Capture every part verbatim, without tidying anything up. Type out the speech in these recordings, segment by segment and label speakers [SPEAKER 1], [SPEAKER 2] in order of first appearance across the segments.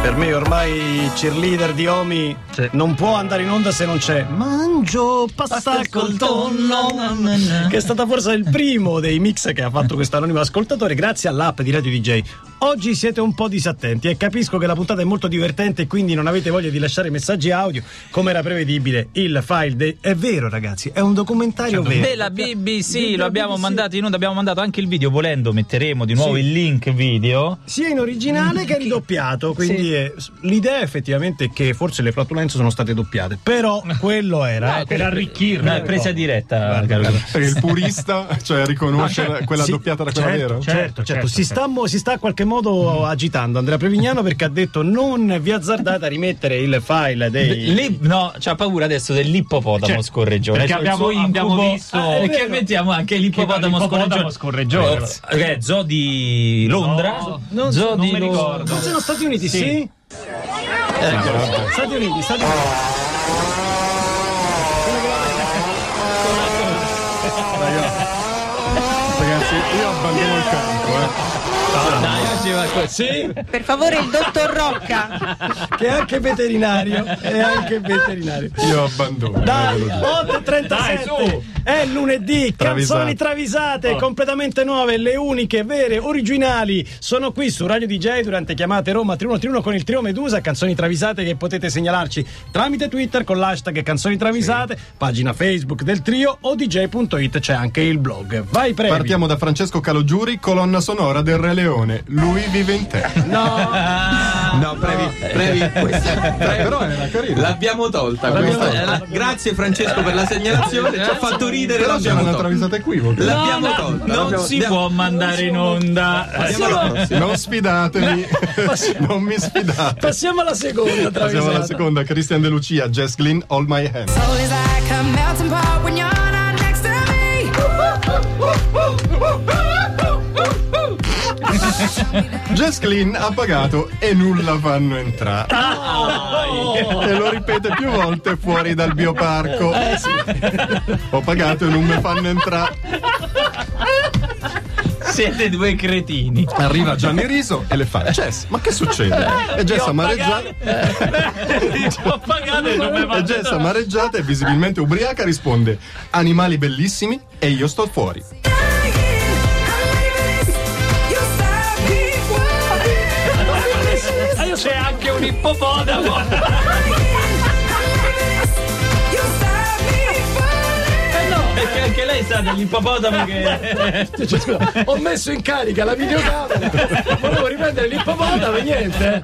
[SPEAKER 1] Per me ormai cheerleader di Omi sì. non può andare in onda se non c'è Mangio pasta col tonno, che è stata forse il primo dei mix che ha fatto questo anonimo ascoltatore grazie all'app di Radio D J. Oggi siete un po' disattenti e capisco che la puntata è molto divertente e quindi non avete voglia di lasciare messaggi audio come era prevedibile. Il file dei... è vero ragazzi, è un documentario vero
[SPEAKER 2] della B B C, lo abbiamo B B C. mandato in onda, abbiamo mandato anche il video, volendo metteremo di nuovo sì. il link video
[SPEAKER 1] sia in originale che ridoppiato, quindi sì. è... l'idea è effettivamente che forse le flatulenze sono state doppiate, però quello era
[SPEAKER 2] no, eh, per arricchirlo, no, è presa diretta
[SPEAKER 3] per il purista, cioè riconosce no, quella sì, doppiata da quella
[SPEAKER 1] certo,
[SPEAKER 3] vera
[SPEAKER 1] certo, certo, certo. Si, sta, si sta a qualche modo agitando Andrea Prevignano perché ha detto non vi azzardate a rimettere il file dei
[SPEAKER 2] Lì, no, c'ha paura adesso dell'ippopotamo cioè, scorreggione,
[SPEAKER 4] perché cioè, abbiamo, abbiamo visto
[SPEAKER 2] ah, e che mettiamo anche l'ippopotamo scorreggione,
[SPEAKER 4] scorreggione.
[SPEAKER 2] Eh, zoo di Londra
[SPEAKER 1] no, non,
[SPEAKER 2] zoo
[SPEAKER 1] non
[SPEAKER 2] di
[SPEAKER 1] mi ricordo. Non sono Stati Uniti sì, sì? Eh, no. Stati Uniti Stati Uniti
[SPEAKER 3] ragazzi io abbandono il campo eh
[SPEAKER 2] dai, oggi va così.
[SPEAKER 5] Per favore il dottor Rocca
[SPEAKER 1] che è anche veterinario è anche veterinario
[SPEAKER 3] io abbandono
[SPEAKER 1] dai otto e trentasette è lunedì travisate. Canzoni travisate oh. completamente nuove, le uniche vere originali sono qui su Radio D J durante chiamate Roma tre uno tre uno con il trio Medusa. Canzoni travisate che potete segnalarci tramite Twitter con l'hashtag canzoni travisate, sì. pagina Facebook del trio o d j punto it, c'è anche il blog. Vai Previ.
[SPEAKER 3] Partiamo da Francesco Calogiuri, colonna sonora del Re Leone, lui vive in te.
[SPEAKER 1] No
[SPEAKER 6] no Previ, Previ, questa, Previ.
[SPEAKER 3] Però era carina,
[SPEAKER 6] l'abbiamo tolta, l'abbiamo tolta. Grazie Francesco per la segnalazione, ci ha fatto ridere,
[SPEAKER 3] però c'è una travisata equivoca,
[SPEAKER 6] l'abbiamo
[SPEAKER 2] no,
[SPEAKER 6] tolta,
[SPEAKER 2] non
[SPEAKER 6] l'abbiamo...
[SPEAKER 2] si può mandare in onda.
[SPEAKER 3] Non sfidatemi, non mi sfidate.
[SPEAKER 1] Passiamo alla seconda travisata.
[SPEAKER 3] Passiamo alla seconda, Christian De Lucia, Jess Glynn, Hold My Hand. Jess Glynn ha pagato e nulla fanno entrare. Oh! E lo ripete più volte fuori dal bioparco. Eh, sì. Ho pagato e non mi fanno entrare.
[SPEAKER 2] Siete due cretini.
[SPEAKER 3] Arriva Gianni Riso e le fa: Jess, ma che succede? E Jess amareggiata
[SPEAKER 2] Ho pagato e non mi fanno
[SPEAKER 3] E Jess amareggiata e visibilmente ubriaca risponde: animali bellissimi e io sto fuori.
[SPEAKER 2] C'è anche un ippopotamo.
[SPEAKER 1] Eh no,
[SPEAKER 2] perché anche lei sa dell'ippopotamo che
[SPEAKER 1] cioè, scusa, ho messo in carica la videocamera, volevo riprendere l'ippopotamo e niente.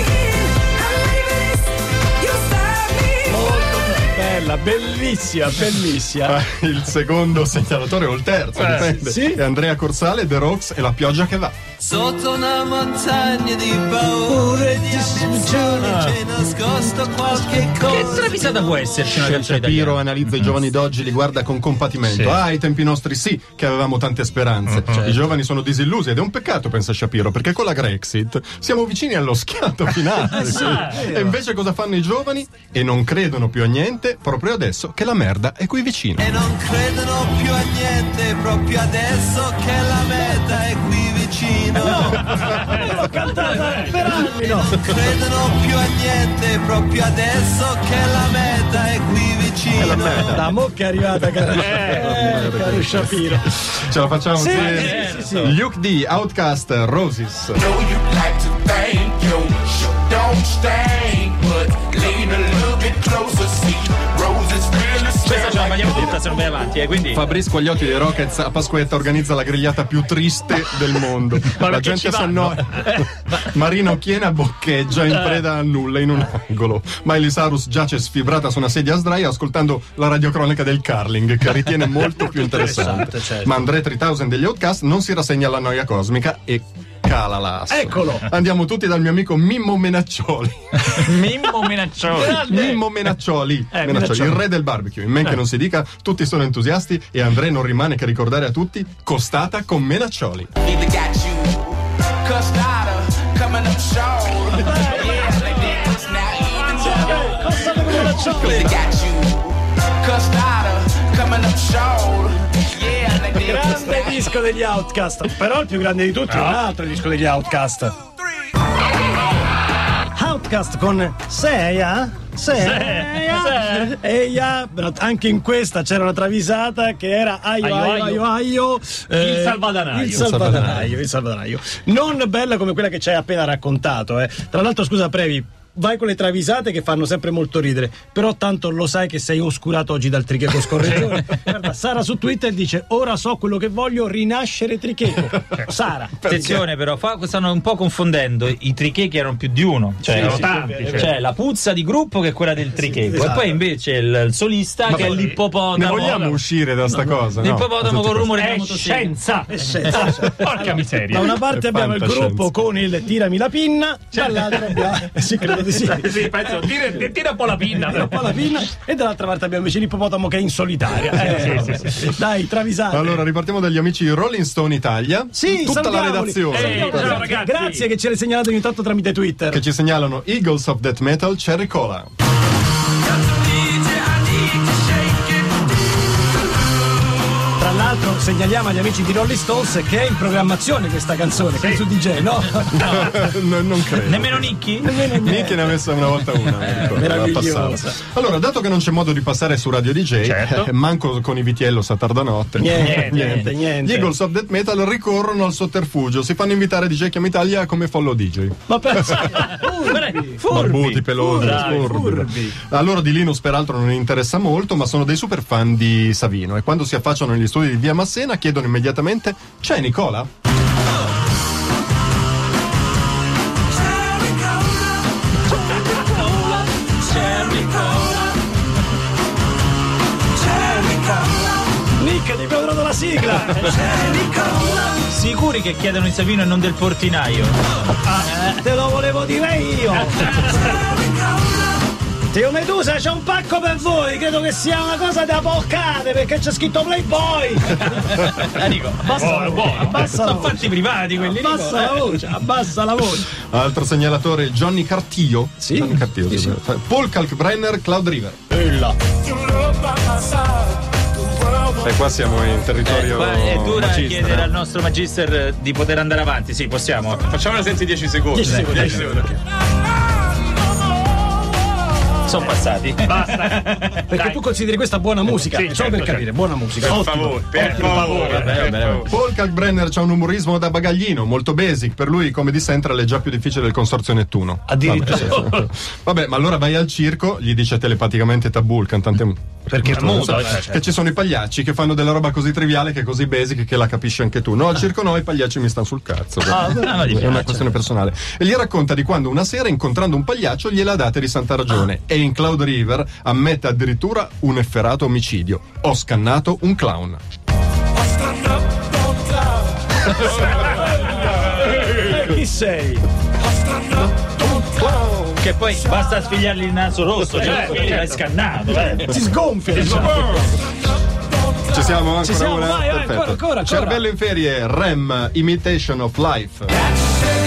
[SPEAKER 1] Bella, bellissima, bellissima.
[SPEAKER 3] Il secondo segnalatore o il terzo, eh, dipende. Sì? È Andrea Corsale, The Rocks e La pioggia che va.
[SPEAKER 7] Sotto una montagna di paure e di affezioni c'è nascosto qualche cosa.
[SPEAKER 2] Che travisata può esserci una canzone
[SPEAKER 3] italiana? Shapiro analizza i giovani
[SPEAKER 2] sì.
[SPEAKER 3] d'oggi, li guarda con compatimento.
[SPEAKER 2] Sì.
[SPEAKER 3] Ah, ai tempi nostri sì, che avevamo tante speranze. Uh-huh. I giovani sono disillusi ed è un peccato, pensa Shapiro, perché con la Grexit siamo vicini allo schianto finale. Sì. E invece cosa fanno i giovani? E non credono più a niente proprio adesso che la merda è qui vicino.
[SPEAKER 7] E non credono più a niente proprio adesso che la merda è qui vicino.
[SPEAKER 1] No, io l'ho cantata per anni, no.
[SPEAKER 7] Credono più a niente proprio adesso che la meta è qui vicino.
[SPEAKER 3] È la meta.
[SPEAKER 1] La mocca è arrivata, caro, eh, caro Shapiro.
[SPEAKER 3] Ce la facciamo?
[SPEAKER 1] Sì,
[SPEAKER 3] sì,
[SPEAKER 1] sì, sì, sì.
[SPEAKER 3] Luke D, Outcast, Roses.
[SPEAKER 8] Know you like to thank you, don't stay, but lean a little bit closer, see roses really
[SPEAKER 2] questa ce la mangiamo tutta se non vai avanti, eh, quindi
[SPEAKER 3] Fabrice Quagliotti dei Rockets a Pasquetta organizza la grigliata più triste del mondo.
[SPEAKER 2] Ma
[SPEAKER 3] la gente si annoia. Marino Chiena boccheggia in preda a nulla in un angolo. Miley Cyrus giace sfibrata su una sedia a sdraio ascoltando la radiocronaca del curling, che ritiene molto più interessante.
[SPEAKER 2] Certo.
[SPEAKER 3] Ma André tremila degli Outcast non si rassegna alla noia cosmica e cala l'asso.
[SPEAKER 1] Eccolo.
[SPEAKER 3] Andiamo tutti dal mio amico Mimmo Menaccioli.
[SPEAKER 2] Mimmo Menaccioli.
[SPEAKER 3] Mimmo Menaccioli.
[SPEAKER 2] Eh,
[SPEAKER 3] Menaccioli,
[SPEAKER 2] Menaccioli.
[SPEAKER 3] il re del barbecue. In men che non si dica, tutti sono entusiasti e André non rimane che ricordare a tutti costata con Menaccioli.
[SPEAKER 1] Grande disco degli Outcast, però il più grande di tutti è un altro disco degli Outcast. Outcast con Seia. Seia. Seia. Però anche in questa c'era una travisata che era aio aio aio aio.
[SPEAKER 4] Eh, il salvadanaio.
[SPEAKER 1] Il salvadanaio, il salvadanaio. Non bella come quella che ci hai appena raccontato, eh. Tra l'altro, scusa Previ, vai con le travisate che fanno sempre molto ridere, però tanto lo sai che sei oscurato oggi dal tricheco scorreggione. Guarda, Sara su Twitter dice: ora so quello che voglio, rinascere tricheco. Sara,
[SPEAKER 2] attenzione però, fa, stanno un po' confondendo, i trichechi erano più di uno, cioè,
[SPEAKER 4] sì,
[SPEAKER 2] erano
[SPEAKER 4] sì,
[SPEAKER 2] tanti,
[SPEAKER 4] sì,
[SPEAKER 2] cioè, cioè la puzza di gruppo che è quella del tricheco,
[SPEAKER 1] sì, esatto.
[SPEAKER 2] E poi invece il, il solista
[SPEAKER 3] Ma
[SPEAKER 2] che è
[SPEAKER 3] poi,
[SPEAKER 2] l'ippopotamo.
[SPEAKER 3] Ne vogliamo uscire da sta
[SPEAKER 2] no,
[SPEAKER 3] cosa?
[SPEAKER 2] no. L'ippopotamo con il rumore
[SPEAKER 4] è
[SPEAKER 2] della motosega.
[SPEAKER 4] scienza,
[SPEAKER 1] è scienza.
[SPEAKER 4] Porca miseria.
[SPEAKER 1] Da una parte
[SPEAKER 3] È
[SPEAKER 1] abbiamo il
[SPEAKER 3] fantascienza.
[SPEAKER 1] gruppo con il tirami la pinna, dall'altra abbiamo sì, credo di sì.
[SPEAKER 4] Sì, penso, tira, tira un po' la pinna.
[SPEAKER 1] Un po' la pinna, e dall'altra parte abbiamo invece l'ippopotamo che è in solitaria. Eh,
[SPEAKER 4] sì, sì, sì.
[SPEAKER 1] Dai, travisate.
[SPEAKER 3] Allora, ripartiamo dagli amici di Rolling Stone Italia.
[SPEAKER 1] Sì,
[SPEAKER 3] tutta la
[SPEAKER 1] salutiamoli.
[SPEAKER 3] redazione.
[SPEAKER 4] Ehi,
[SPEAKER 1] Salutiamo.
[SPEAKER 4] ciao, ragazzi.
[SPEAKER 1] Grazie che ce l'hai segnalato ogni tanto tramite Twitter.
[SPEAKER 3] Che ci segnalano Eagles of Death Metal, Cherry Cola.
[SPEAKER 1] Tra l'altro segnaliamo agli amici di Rolling Stones che è in programmazione questa canzone, che è su D J, no?
[SPEAKER 3] no, non credo.
[SPEAKER 2] Nemmeno Nicky?
[SPEAKER 3] Nicky ne ha messa una volta una. Ecco,
[SPEAKER 1] meravigliosa.
[SPEAKER 3] Allora, dato che non c'è modo di passare su Radio D J,
[SPEAKER 4] Certo.
[SPEAKER 3] eh, manco con i Vitiello sa tarda notte.
[SPEAKER 1] Niente, niente, niente.
[SPEAKER 3] Gli Eagles of Death Metal ricorrono al sotterfugio, si fanno invitare D J Chiama Italia come follow D J.
[SPEAKER 1] Ma pensa,
[SPEAKER 3] Barbuti, pelosi,
[SPEAKER 1] Dai,
[SPEAKER 3] furbi.
[SPEAKER 1] furbi.
[SPEAKER 3] A loro di Linus peraltro non interessa molto, ma sono dei super fan di Savino e quando si affacciano negli studi di Via Massena chiedono immediatamente: c'è Nicola?
[SPEAKER 1] Nick, ti abbiamo dato la sigla.
[SPEAKER 2] Sicuri che chiedono il Savino e non del portinaio?
[SPEAKER 1] Ah, te lo volevo dire io. Teo Medusa, c'è un pacco per voi, credo che sia una cosa da boccate perché c'è scritto Playboy.
[SPEAKER 2] Dico,
[SPEAKER 1] Abbassa la voce, abbassa la
[SPEAKER 2] sono
[SPEAKER 1] voce.
[SPEAKER 2] fatti privati quelli.
[SPEAKER 1] Abbassa la voce, abbassa la voce.
[SPEAKER 3] Altro segnalatore, Johnny Cartillo.
[SPEAKER 1] Sì.
[SPEAKER 3] Johnny Cartillo,
[SPEAKER 1] Sì,
[SPEAKER 3] sì.
[SPEAKER 1] sì.
[SPEAKER 3] Paul Kalkbrenner, Cloud River. E qua siamo in territorio
[SPEAKER 2] Qua è dura
[SPEAKER 3] macista.
[SPEAKER 2] chiedere al nostro magister di poter andare avanti. Sì, possiamo.
[SPEAKER 6] Facciamola senza dieci secondi.
[SPEAKER 1] dieci secondi, dieci secondi.
[SPEAKER 2] Sono passati.
[SPEAKER 4] Basta.
[SPEAKER 1] Perché
[SPEAKER 4] Dai.
[SPEAKER 1] tu consideri questa buona musica,
[SPEAKER 4] Sì,
[SPEAKER 1] solo
[SPEAKER 4] certo,
[SPEAKER 1] per capire,
[SPEAKER 4] certo.
[SPEAKER 1] buona musica.
[SPEAKER 6] Per
[SPEAKER 1] Ottimo.
[SPEAKER 6] favore, per favore.
[SPEAKER 2] Vabbè, vabbè, vabbè.
[SPEAKER 3] Paul Kalkbrenner c'ha un umorismo da bagaglino, molto basic. Per lui Comedy Central è già più difficile del Consorzio Nettuno.
[SPEAKER 1] Addirittura.
[SPEAKER 3] Vabbè, sì, sì. Vabbè, ma allora vai al circo, gli dice telepaticamente Tabù, il cantante.
[SPEAKER 1] Perché
[SPEAKER 3] Che
[SPEAKER 1] muto,
[SPEAKER 3] che ci sono i pagliacci che fanno della roba così triviale che è così basic che la capisci anche tu. No, al circo no, i pagliacci mi stanno sul cazzo.
[SPEAKER 2] Ah, ma gli
[SPEAKER 3] è una
[SPEAKER 2] piace.
[SPEAKER 3] questione personale. E gli racconta di quando una sera, incontrando un pagliaccio, gliela date di santa ragione. E in Cloud River ammette addirittura un efferato omicidio. Ho scannato un clown.
[SPEAKER 1] Chi sei?
[SPEAKER 2] Che poi basta sfigliargli il naso rosso, cioè l'hai scannato. Eh.
[SPEAKER 1] Si sgonfia, diciamo.
[SPEAKER 3] Ci siamo ancora
[SPEAKER 1] Ci siamo,
[SPEAKER 3] una?
[SPEAKER 1] vai, vai,
[SPEAKER 3] Perfetto.
[SPEAKER 1] ancora, ancora, ancora.
[SPEAKER 3] Cervello in ferie, R E M, Imitation of Life.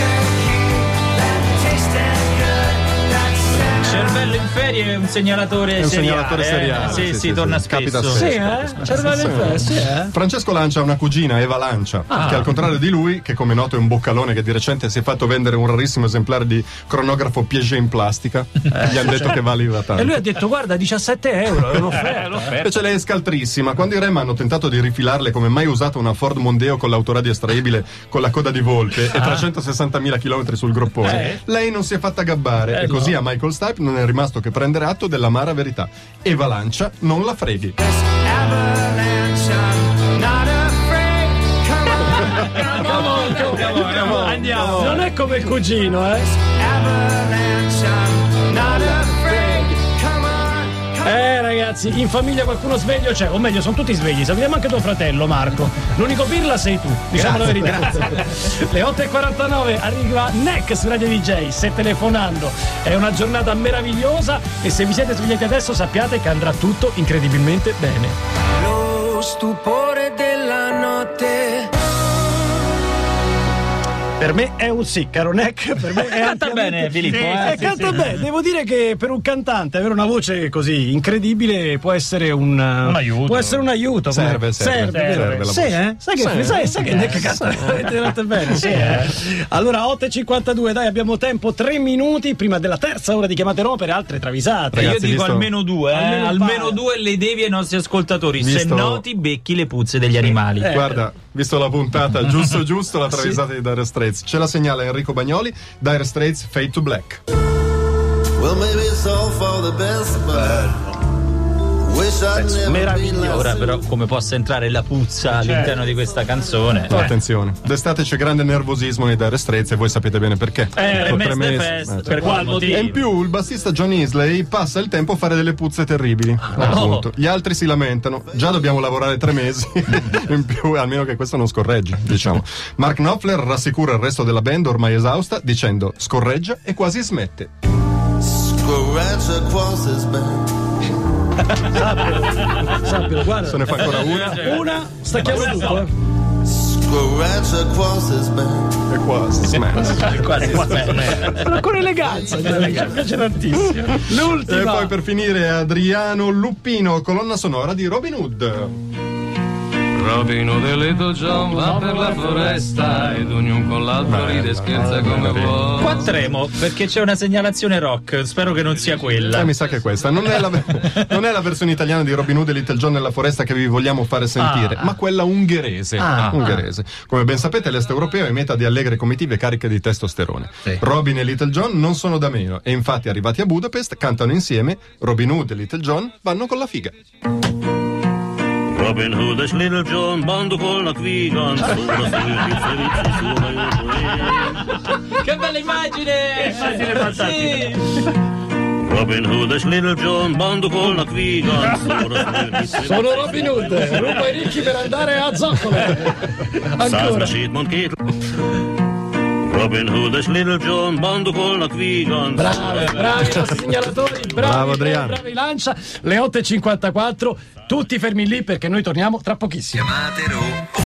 [SPEAKER 2] Cervello in ferie è un segnalatore
[SPEAKER 3] È un
[SPEAKER 2] seriale.
[SPEAKER 3] segnalatore
[SPEAKER 2] eh.
[SPEAKER 3] seriale,
[SPEAKER 2] Sì,
[SPEAKER 3] sì,
[SPEAKER 2] sì,
[SPEAKER 3] sì,
[SPEAKER 2] torna
[SPEAKER 3] sì. Capita
[SPEAKER 2] spesso.
[SPEAKER 1] Sì,
[SPEAKER 3] spesso.
[SPEAKER 1] eh? Cervello in ferie, sì, eh?
[SPEAKER 3] Francesco Lancia ha una cugina, Eva Lancia, che al contrario di lui, che come noto è un boccalone che di recente si è fatto vendere un rarissimo esemplare di cronografo Piaget in plastica, gli hanno detto che valeva tanto.
[SPEAKER 1] E lui ha detto: guarda, diciassette euro, è un'offerta.
[SPEAKER 3] Invece lei è scaltrissima. Quando i Rem hanno tentato di rifilarle come mai usato una Ford Mondeo con l'autoradio estraibile con la coda di volpe e trecentosessantamila chilometri sul groppone, lei non si è fatta gabbare e così a Michael Stipe non è rimasto che prendere atto dell'amara verità. Eva Lancia non la freghi.
[SPEAKER 1] Andiamo. Non è come il cugino, eh? Eh ragazzi, in famiglia qualcuno sveglio c'è, o meglio sono tutti svegli, salutiamo anche tuo fratello Marco. L'unico pirla sei tu, diciamo la verità. Le otto e quarantanove arriva Neck su Radio D J, stai telefonando. È una giornata meravigliosa e se vi siete svegliati adesso sappiate che andrà tutto incredibilmente bene.
[SPEAKER 7] Lo stupore della notte.
[SPEAKER 1] Per me è un sì, caro Neck, per me è
[SPEAKER 2] Canta bene, Filippo,
[SPEAKER 1] Sì,
[SPEAKER 2] eh,
[SPEAKER 1] eh,
[SPEAKER 2] sì,
[SPEAKER 1] canta
[SPEAKER 2] sì.
[SPEAKER 1] bene. Devo dire che per un cantante avere una voce così incredibile può essere un, un
[SPEAKER 4] aiuto.
[SPEAKER 1] Può essere un aiuto. come-
[SPEAKER 3] Serve, serve,
[SPEAKER 1] serve,
[SPEAKER 3] serve la
[SPEAKER 1] Sì,
[SPEAKER 3] voce.
[SPEAKER 1] eh? Sai che,
[SPEAKER 3] Sì,
[SPEAKER 1] sai, sai che
[SPEAKER 3] sì,
[SPEAKER 1] Neck
[SPEAKER 3] sì,
[SPEAKER 1] canta veramente, veramente bene. Sì, eh? Allora, otto e cinquantadue, dai, abbiamo tempo, tre minuti prima della terza ora di chiamate Ro per altre travisate.
[SPEAKER 3] Ragazzi,
[SPEAKER 2] Io dico
[SPEAKER 3] visto-
[SPEAKER 2] almeno due, eh?
[SPEAKER 1] Almeno
[SPEAKER 2] almeno,
[SPEAKER 1] un paio.
[SPEAKER 2] due le devi ai nostri ascoltatori. Se
[SPEAKER 3] Visto-
[SPEAKER 2] no ti becchi le puzze degli animali.
[SPEAKER 1] Eh.
[SPEAKER 3] Guarda, visto la puntata, giusto giusto la travisata di Dire Straits. Ce la segnala Enrico Bagnoli, Dire Straits Fade to Black.
[SPEAKER 7] Well, maybe it's all for the best, but wish I'd never been
[SPEAKER 1] meraviglioso.
[SPEAKER 2] Ora però come possa entrare la puzza all'interno di questa canzone?
[SPEAKER 3] Oh, attenzione, d'estate c'è grande nervosismo nei Dire Straits e voi sapete bene perché.
[SPEAKER 2] Eh,
[SPEAKER 3] Dopo
[SPEAKER 2] Mess
[SPEAKER 3] tre
[SPEAKER 2] the
[SPEAKER 3] mesi-
[SPEAKER 2] Fest,
[SPEAKER 3] eh,
[SPEAKER 2] per qual motivo?
[SPEAKER 3] E in più il bassista John Isley passa il tempo a fare delle puzze terribili. Appunto. Gli altri si lamentano. Già dobbiamo lavorare tre mesi. In più, almeno che questo non scorreggi, diciamo. Mark Knopfler rassicura il resto della band ormai esausta dicendo scorreggia e quasi smette.
[SPEAKER 7] scratch across his back.
[SPEAKER 1] Sappilo, guarda.
[SPEAKER 3] Se ne fa ancora una
[SPEAKER 1] Una, stacchiamo tutto, eh.
[SPEAKER 7] Scratch across his back.
[SPEAKER 3] e quasi smette.
[SPEAKER 2] Quasi smette.
[SPEAKER 1] Ma con eleganza, mi piace tantissimo.
[SPEAKER 3] E
[SPEAKER 1] L'ultima.
[SPEAKER 3] poi per finire Adriano Luppino, colonna sonora di Robin Hood.
[SPEAKER 9] Robin Hood e Little John va per la foresta ed ognuno con l'altro ride e scherza come può.
[SPEAKER 2] Qua tremo perché c'è una segnalazione rock. Spero che non sia quella.
[SPEAKER 3] Eh, mi sa che è questa. Non è, la, non è la versione italiana di Robin Hood e Little John nella foresta che vi vogliamo fare sentire,
[SPEAKER 2] Ah.
[SPEAKER 3] ma quella ungherese.
[SPEAKER 2] Ah.
[SPEAKER 3] ungherese. Come ben sapete, l'est europeo è meta di allegre comitive cariche di testosterone.
[SPEAKER 2] Sì.
[SPEAKER 3] Robin e Little John non sono da meno e infatti arrivati a Budapest cantano insieme Robin Hood e Little John vanno con la figa.
[SPEAKER 10] Robin Hood e Little John, bando con la quiga,
[SPEAKER 2] Che bella immagine!
[SPEAKER 4] Immagine fantastica.
[SPEAKER 2] Sì.
[SPEAKER 10] Robin Hood e Little John, bando con la quiga.
[SPEAKER 1] Sono Robin Hood, ruba i ricchi per andare a zoccole. Ancora.
[SPEAKER 10] Robin Hood e Little John, bando con la quiga.
[SPEAKER 1] Bravi, bravi i nostri segnalatori, bravi,
[SPEAKER 3] Bravo, Adriano.
[SPEAKER 1] bravi Lancia. Le otto e cinquantaquattro, tutti fermi lì perché noi torniamo tra pochissimo.
[SPEAKER 7] Chiamate Ro.